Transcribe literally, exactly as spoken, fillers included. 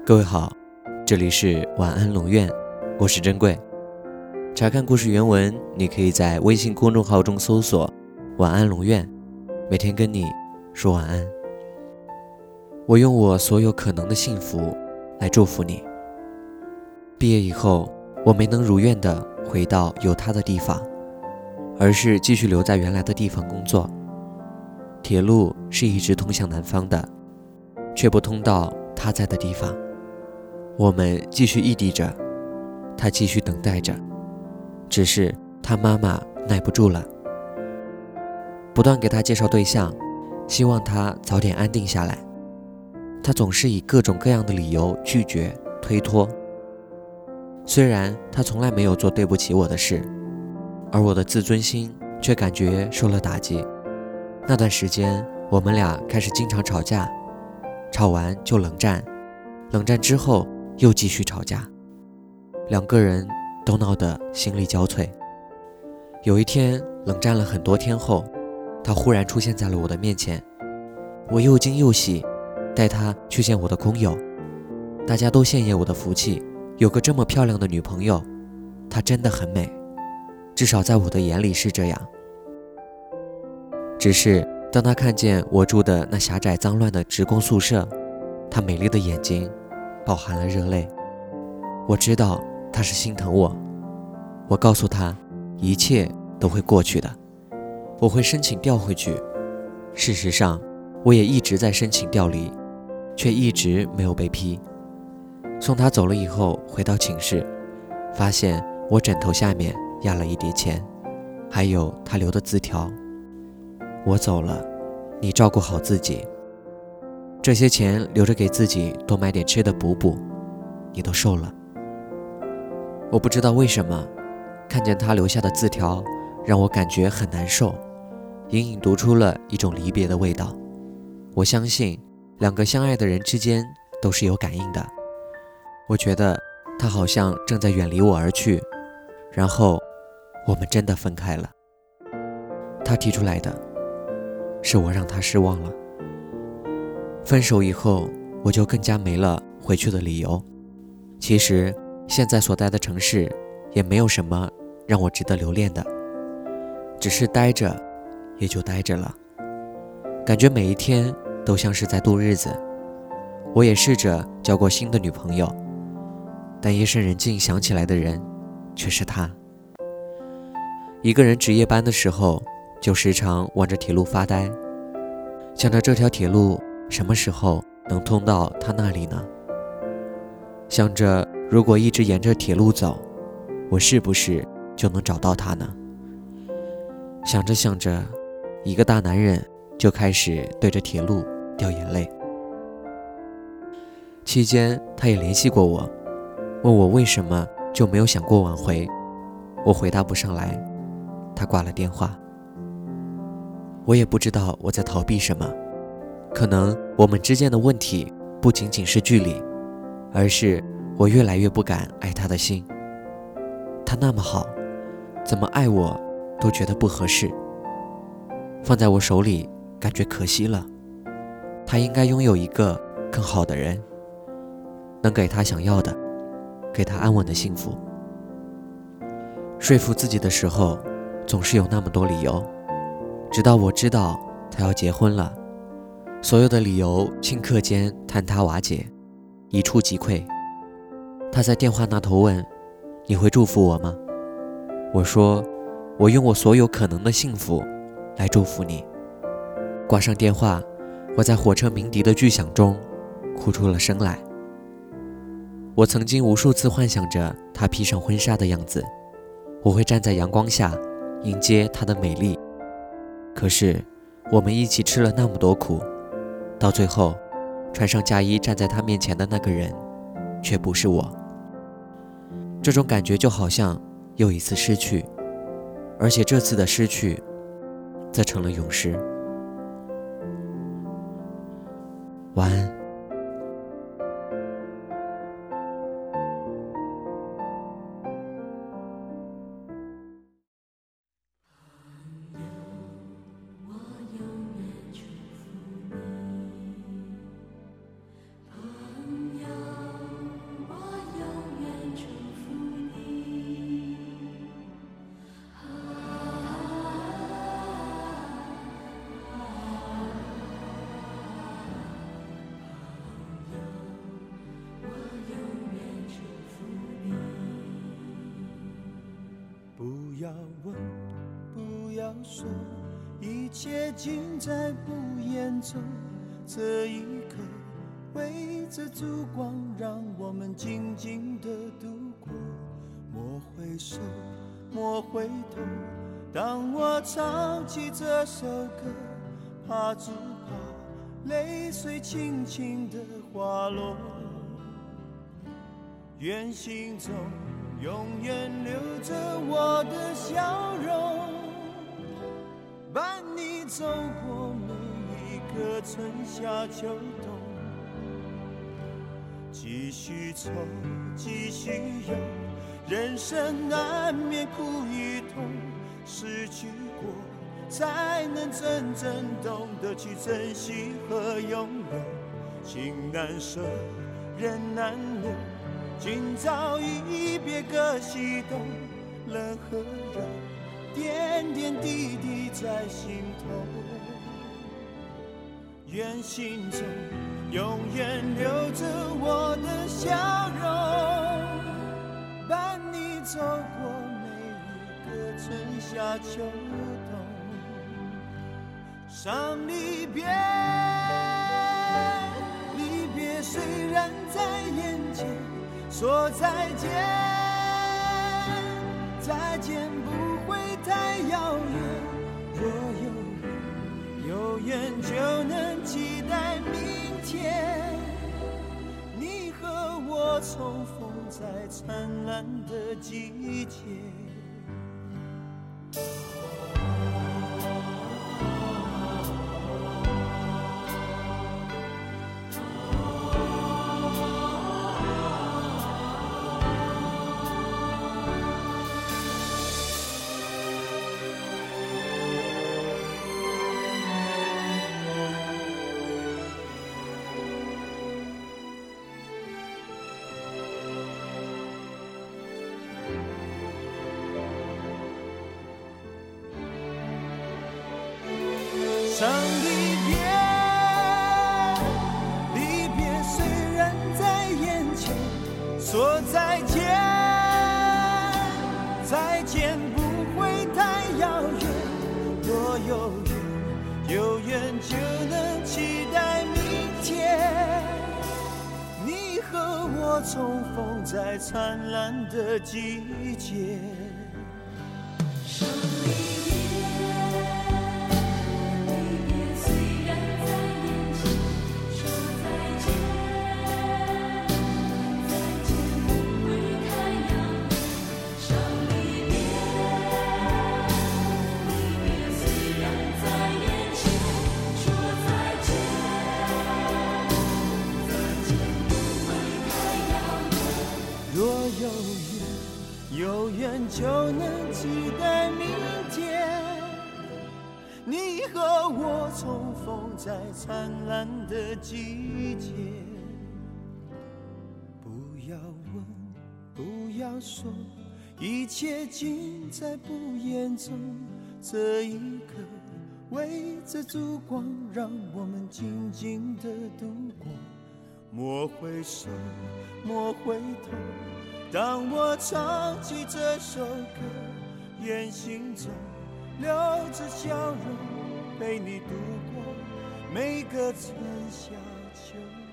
各位好，这里是晚安龙院，我是珍贵。查看故事原文，你可以在微信公众号中搜索晚安龙院，每天跟你说晚安。我用我所有可能的幸福来祝福你。毕业以后，我没能如愿地回到有他的地方，而是继续留在原来的地方工作。铁路是一直通向南方的，却不通到他在的地方。我们继续异地着，他继续等待着，只是他妈妈耐不住了，不断给他介绍对象，希望他早点安定下来。他总是以各种各样的理由拒绝推脱。虽然他从来没有做对不起我的事，而我的自尊心却感觉受了打击。那段时间我们俩开始经常吵架，吵完就冷战，冷战之后又继续吵架，两个人都闹得心力交瘁。有一天冷战了很多天后，他忽然出现在了我的面前，我又惊又喜，带他去见我的工友。大家都羡艳我的福气，有个这么漂亮的女朋友，她真的很美，至少在我的眼里是这样。只是当他看见我住的那狭窄脏乱的职工宿舍，他美丽的眼睛饱含了热泪。我知道他是心疼我，我告诉他一切都会过去的，我会申请调回去。事实上我也一直在申请调离，却一直没有被批。送他走了以后，回到寝室，发现我枕头下面压了一叠钱，还有他留的字条：我走了，你照顾好自己，这些钱留着给自己多买点吃的补补，你都瘦了。我不知道为什么，看见他留下的字条让我感觉很难受，隐隐读出了一种离别的味道。我相信两个相爱的人之间都是有感应的。我觉得他好像正在远离我而去，然后我们真的分开了。他提出来的，是我让他失望了。分手以后，我就更加没了回去的理由。其实现在所在的城市也没有什么让我值得留恋的，只是待着也就待着了，感觉每一天都像是在度日子。我也试着交过新的女朋友，但夜深人静想起来的人却是她。一个人值夜班的时候，就时常望着铁路发呆，想着这条铁路什么时候能通到他那里呢？想着如果一直沿着铁路走，我是不是就能找到他呢？想着想着，一个大男人就开始对着铁路掉眼泪。期间他也联系过我，问我为什么就没有想过挽回。我回答不上来，他挂了电话。我也不知道我在逃避什么，可能我们之间的问题不仅仅是距离，而是我越来越不敢爱他的心。他那么好，怎么爱我都觉得不合适，放在我手里感觉可惜了。他应该拥有一个更好的人，能给他想要的，给他安稳的幸福。说服自己的时候总是有那么多理由，直到我知道他要结婚了，所有的理由顷刻间坍塌瓦解，一触即溃。他在电话那头问：你会祝福我吗？我说：我用我所有可能的幸福来祝福你。挂上电话，我在火车鸣笛的巨响中哭出了声来。我曾经无数次幻想着她披上婚纱的样子，我会站在阳光下迎接她的美丽。可是我们一起吃了那么多苦，到最后穿上嫁衣站在她面前的那个人却不是我。这种感觉就好像又一次失去，而且这次的失去则成了永失。晚安。 朋友要问，不要说，一切尽在不言中。这一刻，围着烛光，让我们静静地度过。莫回首，莫回头，当我唱起这首歌，怕只怕泪水轻轻地滑落。愿心中永远留着我的笑容，伴你走过每一个春夏秋冬。继续愁，继续忧，人生难免苦与痛，失去过才能真正懂得去珍惜和拥有。情难舍，人难留，今朝一别各西东，冷和热点点滴滴在心头。愿心中永远留着我的笑容，伴你走过每一个春夏秋冬。伤离别，离别虽然在眼前，说再见，再见不会太遥远。若有缘，有缘就能期待明天，你和我重逢在灿烂的季节。伤离别，离别虽然在眼前，说再见，再见不会太遥远。若有缘，有缘就能期待明天，你和我重逢在灿烂的季节。若有缘，有缘就能期待明天，你和我重逢在灿烂的季节。不要问，不要说，一切尽在不言中。这一刻，围着烛光，让我们静静地度过。莫回首，莫回头，当我唱起这首歌，愿心中留着笑容，陪你度过每个春夏秋冬。